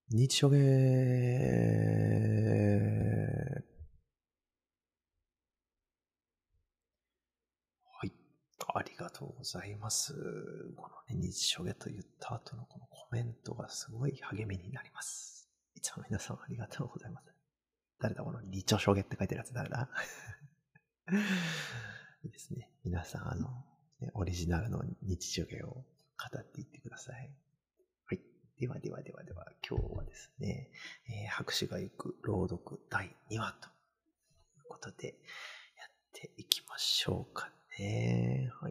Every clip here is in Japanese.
日初芸。はい。ありがとうございます。このね、日初芸と言った後のこのコメントがすごい励みになります。いつも皆さんありがとうございます。誰だこの日初芸って書いてるやつ誰だいいですね。皆さんね、オリジナルの日初芸を語っていってください。はい。では、今日はですね、博士が行く朗読第2話ということで、やっていきましょうかね。はい。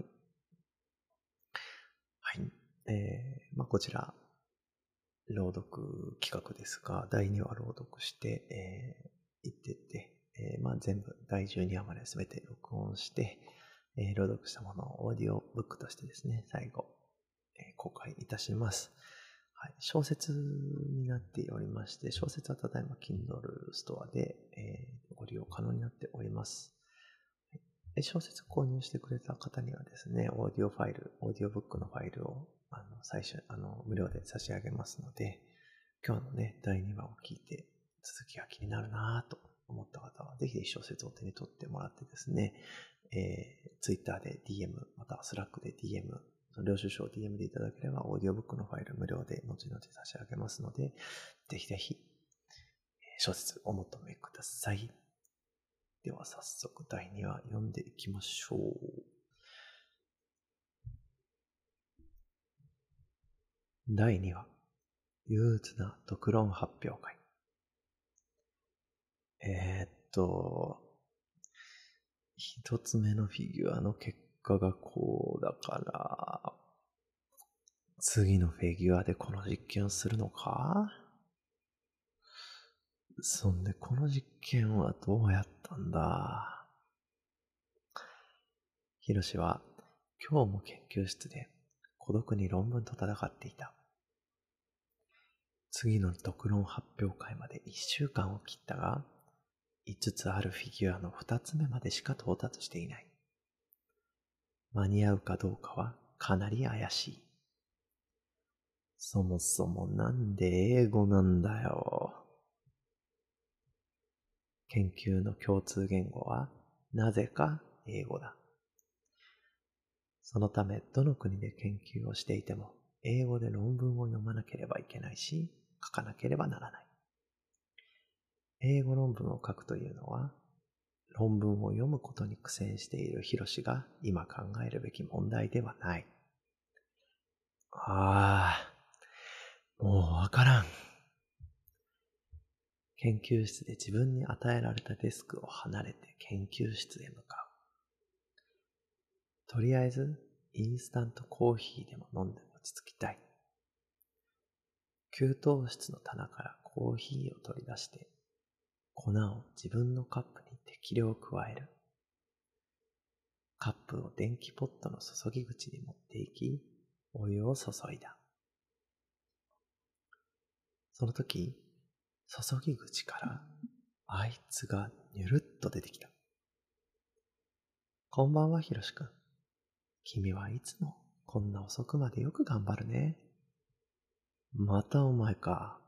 はい。こちら、朗読企画ですが、第2話朗読して、いってて、全部第12話まで全て録音して、朗読したものをオーディオブックとしてですね、最後、公開いたします。はい、小説になっておりまして、小説はただいま Kindle ストアで、ご利用可能になっております。小説購入してくれた方にはですね、オーディオブックのファイルを、最初、無料で差し上げますので、今日のね、第2話を聞いて、続きが気になるなぁと思った方は、ぜひ小説を手に取ってもらってですね、Twitter で DM、または Slack で DM、領収書を DM でいただければ、オーディオブックのファイル無料で後々差し上げますので、ぜひぜひ、小説お求めください。では早速第2話読んでいきましょう。第2話、憂鬱な独論発表会。一つ目のフィギュアの結果がこうだから、次のフィギュアでこの実験をするのか？そんでこの実験はどうやったんだ？ヒロシは今日も研究室で孤独に論文と戦っていた。次の独論発表会まで1週間を切ったが、5つあるフィギュアの2つ目までしか到達していない。間に合うかどうかはかなり怪しい。そもそもなんで英語なんだよ。研究の共通言語はなぜか英語だ。そのためどの国で研究をしていても英語で論文を読まなければいけないし、書かなければならない。英語論文を書くというのは、論文を読むことに苦戦しているヒロシが今考えるべき問題ではない。もうわからん。研究室で自分に与えられたデスクを離れて研究室へ向かう。とりあえず、インスタントコーヒーでも飲んで落ち着きたい。給湯室の棚からコーヒーを取り出して、粉を自分のカップに適量加える。カップを電気ポットの注ぎ口に持っていき、お湯を注いだ。その時、注ぎ口からあいつがニュルっと出てきた。こんばんは、ひろしくん。君はいつもこんな遅くまでよく頑張るね。またお前か。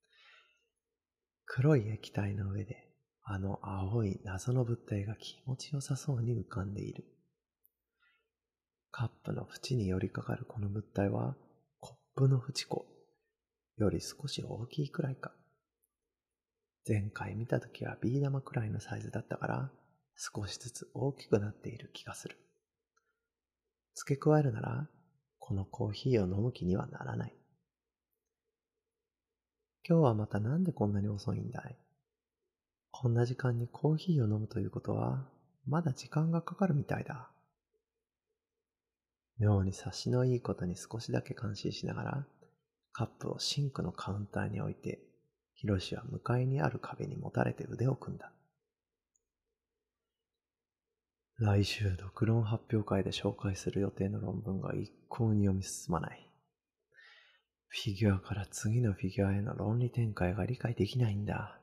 黒い液体の上であの青い謎の物体が気持ちよさそうに浮かんでいる。カップの縁に寄りかかるこの物体はコップの縁子より少し大きいくらいか。前回見たときはビー玉くらいのサイズだったから少しずつ大きくなっている気がする。付け加えるならこのコーヒーを飲む気にはならない。今日はまたなんでこんなに遅いんだい？こんな時間にコーヒーを飲むということはまだ時間がかかるみたいだ。妙に察しのいいことに少しだけ感心しながらカップをシンクのカウンターに置いて、ヒロシは向かいにある壁にもたれて腕を組んだ。来週独論発表会で紹介する予定の論文が一向に読み進まない。フィギュアから次のフィギュアへの論理展開が理解できないんだ。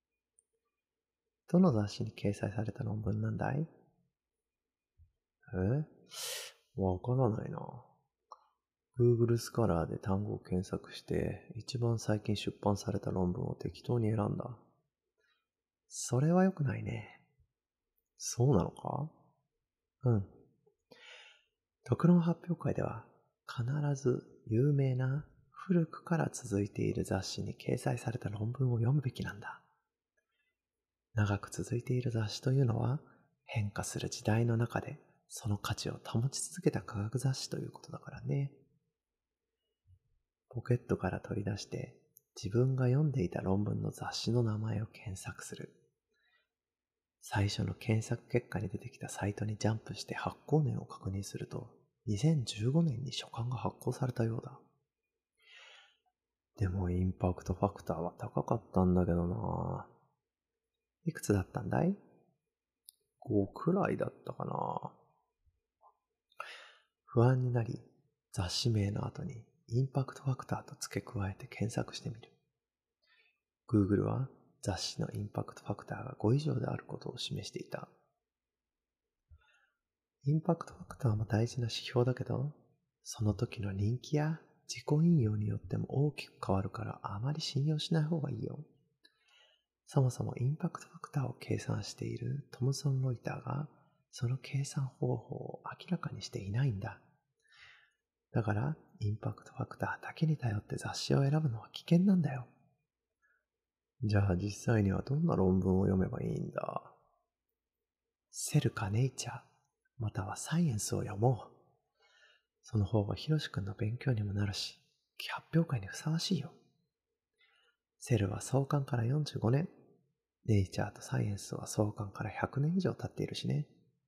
どの雑誌に掲載された論文なんだい？わからないな。 Google スカラーで単語を検索して、一番最近出版された論文を適当に選んだ。それは良くないね。そうなのか？うん。読論発表会では、必ず有名な古くから続いている雑誌に掲載された論文を読むべきなんだ。長く続いている雑誌というのは、変化する時代の中でその価値を保ち続けた科学雑誌ということだからね。ポケットから取り出して、自分が読んでいた論文の雑誌の名前を検索する。最初の検索結果に出てきたサイトにジャンプして発行年を確認すると、2015年に初刊が発行されたようだ。でもインパクトファクターは高かったんだけどな。いくつだったんだい？ 5 くらいだったかな。不安になり、雑誌名の後にインパクトファクターと付け加えて検索してみる。Google は雑誌のインパクトファクターが5以上であることを示していた。インパクトファクターも大事な指標だけど、その時の人気や自己引用によっても大きく変わるからあまり信用しない方がいいよ。そもそもインパクトファクターを計算しているトムソン・ロイターがその計算方法を明らかにしていないんだ。だからインパクトファクターだけに頼って雑誌を選ぶのは危険なんだよ。じゃあ実際にはどんな論文を読めばいいんだ？セルかネイチャー、またはサイエンスを読もう。その方がヒロシ君の勉強にもなるし、発表会にふさわしいよ。セルは創刊から45年。ネイチャーとサイエンスは創刊から100年以上経っているしね。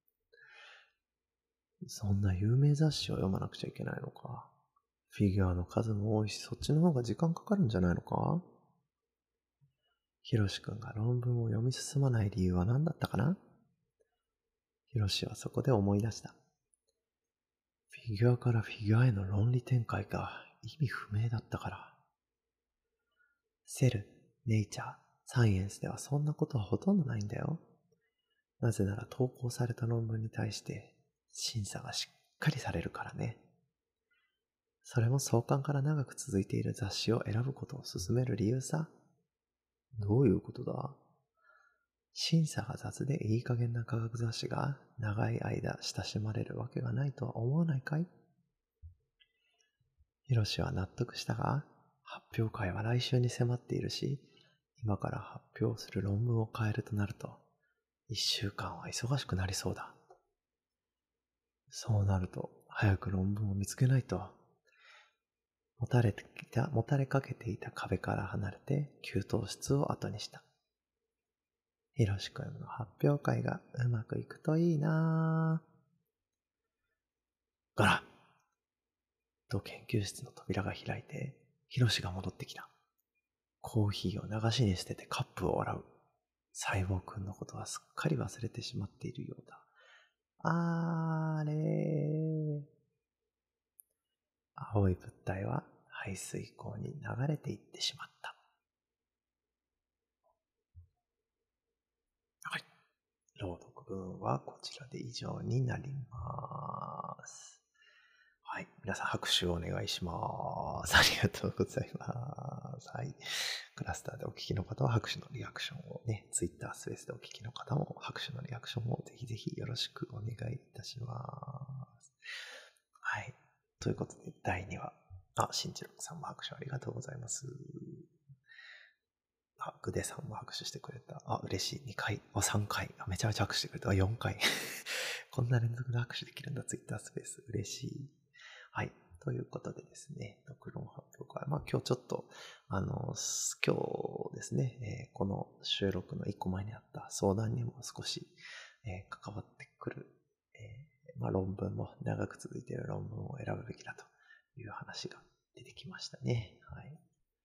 そんな有名雑誌を読まなくちゃいけないのか。フィギュアの数も多いし、そっちの方が時間かかるんじゃないのか？ヒロシ君が論文を読み進まない理由は何だったかな？ヒロシはそこで思い出した。フィギュアからフィギュアへの論理展開が意味不明だったから。セル、ネイチャー、サイエンスではそんなことはほとんどないんだよ。なぜなら投稿された論文に対して審査がしっかりされるからね。それも創刊から長く続いている雑誌を選ぶことを勧める理由さ。どういうことだ？審査が雑でいい加減な科学雑誌が長い間親しまれるわけがないとは思わないかい？ヒロシは納得したが、発表会は来週に迫っているし、今から発表する論文を変えるとなると、1週間は忙しくなりそうだ。そうなると、早く論文を見つけないと。もたれかけていた壁から離れて、給湯室を後にした。ヒロシ君の発表会がうまくいくといいなぁ。ガラッと研究室の扉が開いて、ヒロシが戻ってきた。コーヒーを流しに捨ててカップを洗う。細胞くんのことはすっかり忘れてしまっているようだ。あれー。青い物体は排水口に流れていってしまった。はい。朗読文はこちらで以上になります。はい。皆さん拍手をお願いします。ありがとうございます。はい。クラスターでお聞きの方は拍手のリアクションをね、Twitter スペースでお聞きの方も拍手のリアクションをぜひぜひよろしくお願いいたします。はい。ということで、第2話。新次郎さんも拍手ありがとうございます。グデさんも拍手してくれた。嬉しい。2回。3回。めちゃめちゃ拍手してくれた。4回。こんな連続で拍手できるんだ、Twitter スペース。嬉しい。はい。ということでですね、読論発表会。今日ちょっと、今日ですね、この収録の1個前にあった相談にも少し、関わってくる、論文も長く続いている論文を選ぶべきだという話が出てきましたね。はい。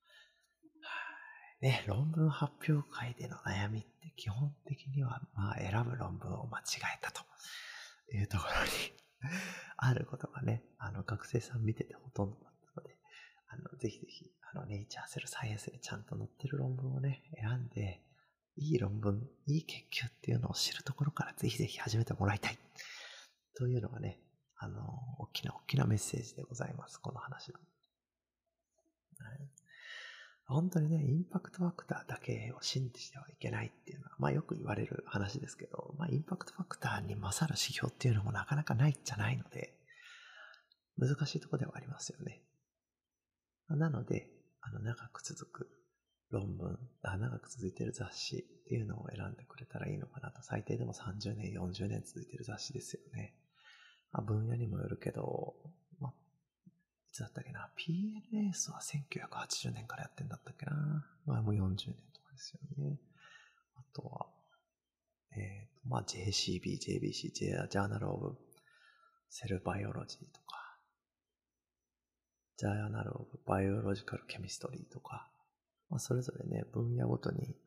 ね、論文発表会での悩みって基本的には、選ぶ論文を間違えたというところにあることがね、学生さん見ててほとんどだったので、ぜひぜひ、ネイチャーセルサイエンスにちゃんと載ってる論文をね、選んで、いい論文、いい研究っていうのを知るところからぜひぜひ始めてもらいたい。というのがね、 大きなメッセージでございます。この話は。はい、本当にね、インパクトファクターだけを信じてはいけないっていうのは、よく言われる話ですけど、インパクトファクターに勝る指標っていうのもなかなかないんじゃないので、難しいところではありますよね。なので、長く続く論文、長く続いている雑誌っていうのを選んでくれたらいいのかなと。最低でも30年、40年続いている雑誌ですよね。分野にもよるけど、いつだったっけな。PNS は1980年からやってんだったっけな。もう40年とかですよね。あとは、JCB、JBC、Journal of Cell Biology とか、Journal of Biological Chemistry とか、それぞれね、分野ごとに、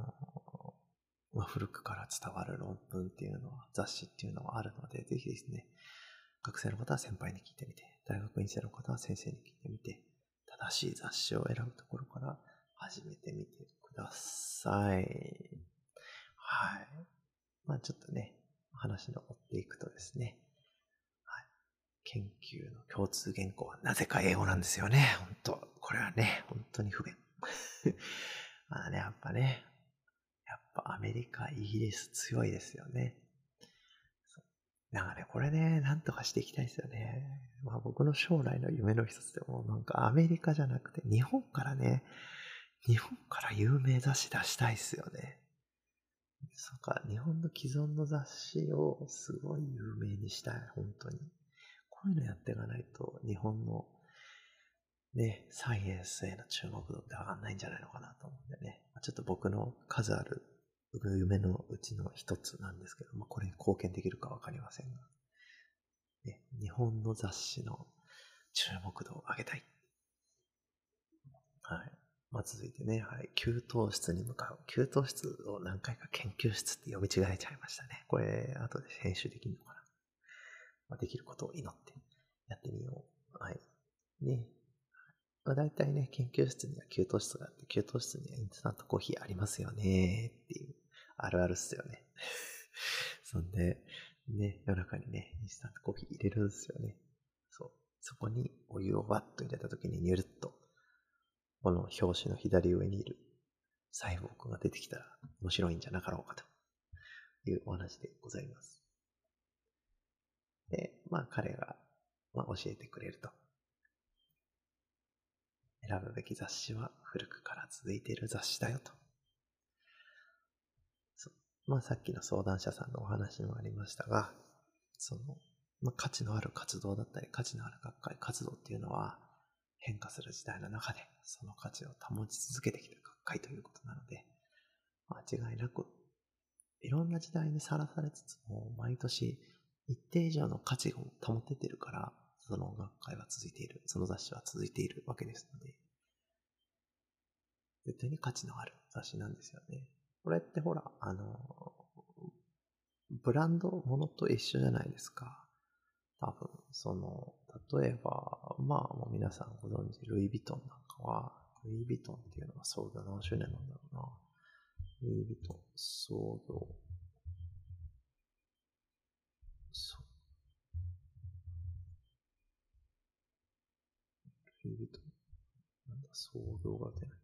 古くから伝わる論文っていうのは、雑誌っていうのはあるので、ぜひですね、学生の方は先輩に聞いてみて、大学院生の方は先生に聞いてみて、正しい雑誌を選ぶところから始めてみてください。はい。ちょっとね、話の追っていくとですね、はい。研究の共通言語はなぜか英語なんですよね。本当これはね、本当に不便。やっぱアメリカ、イギリス強いですよね。これね、なんとかしていきたいですよね。僕の将来の夢の一つでも、アメリカじゃなくて、日本から有名雑誌出したいですよね。日本の既存の雑誌をすごい有名にしたい、本当に。こういうのやっていかないと、日本のね、サイエンスへの注目度って上がんないんじゃないのかなと思うんでね。ちょっと僕の数ある夢のうちの一つなんですけど、これに貢献できるかわかりませんが、ね、日本の雑誌の注目度を上げたい。はい。続いてね、はい。給湯室に向かう。給湯室を何回か研究室って読み違えちゃいましたね。これ、後で編集できるのかな。できることを祈ってやってみよう。はい。ね。大体ね、研究室には給湯室があって、給湯室にはインスタントコーヒーありますよねっていう、あるあるっすよね。そんで、ね、夜中にね、インスタントコーヒー入れるんですよね。そこにお湯をワッと入れた時にニュルッと、この表紙の左上にいるサイボーグが出てきたら面白いんじゃなかろうかというお話でございます。で、彼が、教えてくれると。選ぶべき雑誌は古くから続いている雑誌だよと。さっきの相談者さんのお話もありましたが、価値のある活動だったり、価値のある学会活動っていうのは、変化する時代の中で、その価値を保ち続けてきた学会ということなので、間違いなく、いろんな時代にさらされつつも、毎年一定以上の価値を保ててるから、その学会は続いている、その雑誌は続いているわけですので、絶対に価値のある雑誌なんですよね。これってほら、ブランドものと一緒じゃないですか。多分、例えば、もう皆さんご存知、ルイ・ヴィトンなんかは、ルイ・ヴィトンっていうのは創業何周年なんだろうな。ルイ・ヴィトン、創業、ルイ・ヴィトン、なんだ、創業が出ない。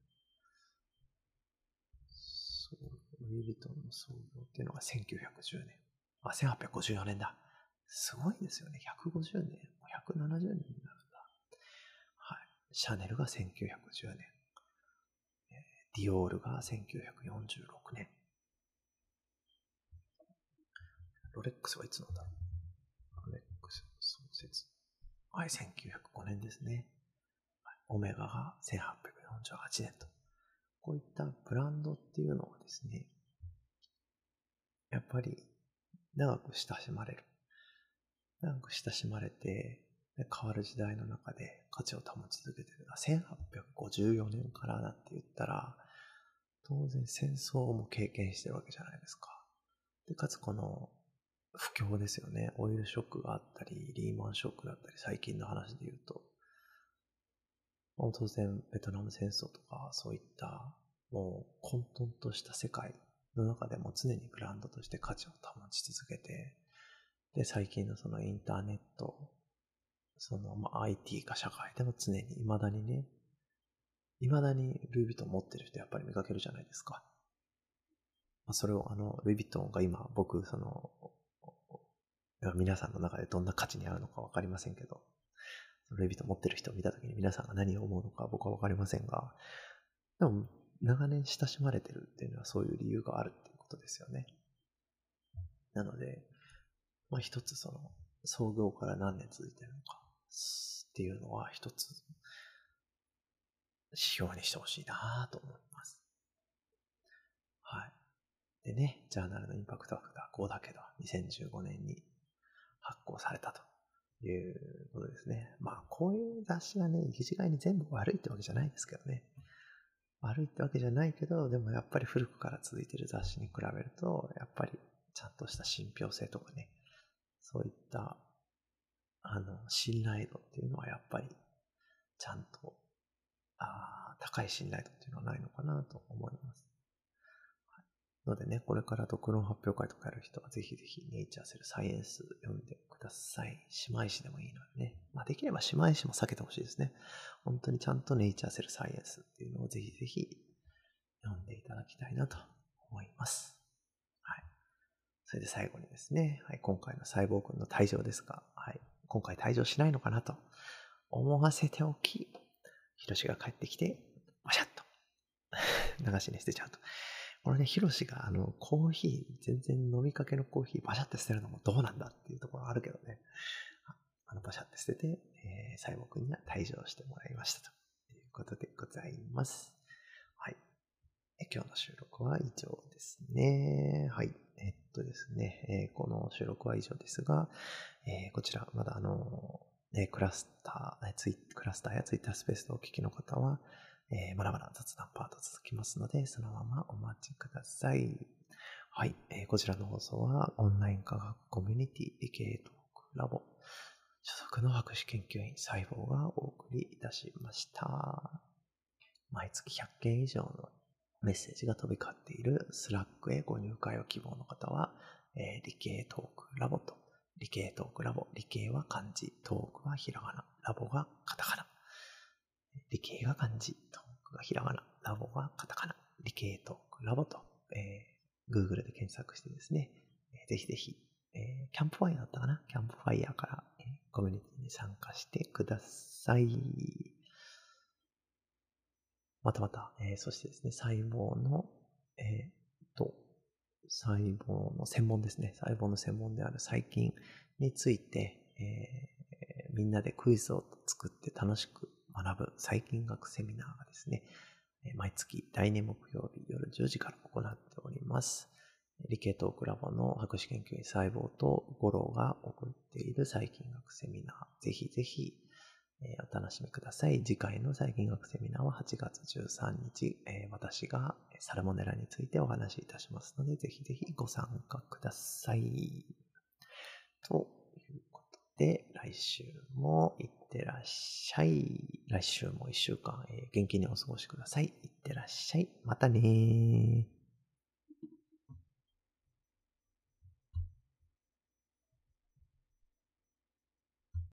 ルイ・ヴィトンの創業っていうのが1910年。1854年だ。すごいですよね。150年、170年になるんだ。はい。シャネルが1910年。ディオールが1946年。ロレックスはいつなんだろう。ロレックス創設。はい、1905年ですね。オメガが1848年と。こういったブランドっていうのはですね、やっぱり長く親しまれる。長く親しまれて、変わる時代の中で価値を保ち続けている。1854年からだって言ったら、当然戦争も経験してるわけじゃないですか。で、かつこの不況ですよね。オイルショックがあったり、リーマンショックだったり、最近の話で言うと、当然ベトナム戦争とか、そういったもう混沌とした世界の中でも常にブランドとして価値を保ち続けて、 で、最近のそのインターネット、IT 化社会でも常に未だにルイ・ヴィトン持ってる人やっぱり見かけるじゃないですか。それをルイ・ヴィトンが今僕、皆さんの中でどんな価値にあるのかわかりませんけど、ルイ・ヴィトン持ってる人を見たときに皆さんが何を思うのか僕はわかりませんが、でも長年親しまれてるっていうのはそういう理由があるっていうことですよね。なので、一つ創業から何年続いてるのかっていうのは一つ指標にしてほしいなと思います。はい。でね、ジャーナルのインパクトファクター5だけど、2015年に発行されたということですね。こういう雑誌がね、一概に全部悪いってわけじゃないですけどね。悪いってわけじゃないけど、でもやっぱり古くから続いている雑誌に比べると、やっぱりちゃんとした信憑性とかね、そういった、信頼度っていうのはやっぱり、ちゃんと、高い信頼度っていうのはないのかなと思います。のでね、これから読論発表会とかやる人はぜひぜひネイチャーセルサイエンス読んでください。姉妹誌でもいいのでね。できれば姉妹誌も避けてほしいですね。本当にちゃんとネイチャーセルサイエンスっていうのをぜひぜひ読んでいただきたいなと思います。はい。それで最後にですね、はい、今回の細胞君の退場ですが、はい、今回退場しないのかなと思わせておき、ヒロシが帰ってきて、バシャッと流しに捨てちゃうと。これね、ヒロシがコーヒー、全然飲みかけのコーヒーバシャって捨てるのもどうなんだっていうところあるけどね。バシャって捨てて、細胞君には退場してもらいましたということでございます。はい。今日の収録は以上ですね。はい。ですね、この収録は以上ですが、こちら、まだクラスターやツイッタースペースでお聞きの方は、まだまだ雑談パート続きますので、そのままお待ちください。はい。こちらの放送は、オンライン科学コミュニティ理系トークラボ、所属の博士研究員細胞がお送りいたしました。毎月100件以上のメッセージが飛び交っているスラックへご入会を希望の方は、理系トークラボと、理系トークラボ、理系は漢字、トークはひらがな、ラボがカタカナ。理系が漢字、トークがひらがな、ラボがカタカナ。理系トークラボと、Google で検索してですね、ぜひぜひ、キャンプファイヤーだったかな、キャンプファイヤーから、コミュニティに参加してください。また、そしてですね、細胞の専門ですね。細胞の専門である細菌について、みんなでクイズを作って楽しく学ぶ細菌学セミナーがですね、毎月第2木曜日夜10時から行っております。理系トークラボの博士研究員細胞と五郎が送っている細菌学セミナー、ぜひぜひお楽しみください。次回の細菌学セミナーは8月13日、私がサルモネラについてお話しいたしますので、ぜひぜひご参加ください。ということで、来週もいってらっしゃい。来週も1週間、元気にお過ごしください。いってらっしゃい。またねー。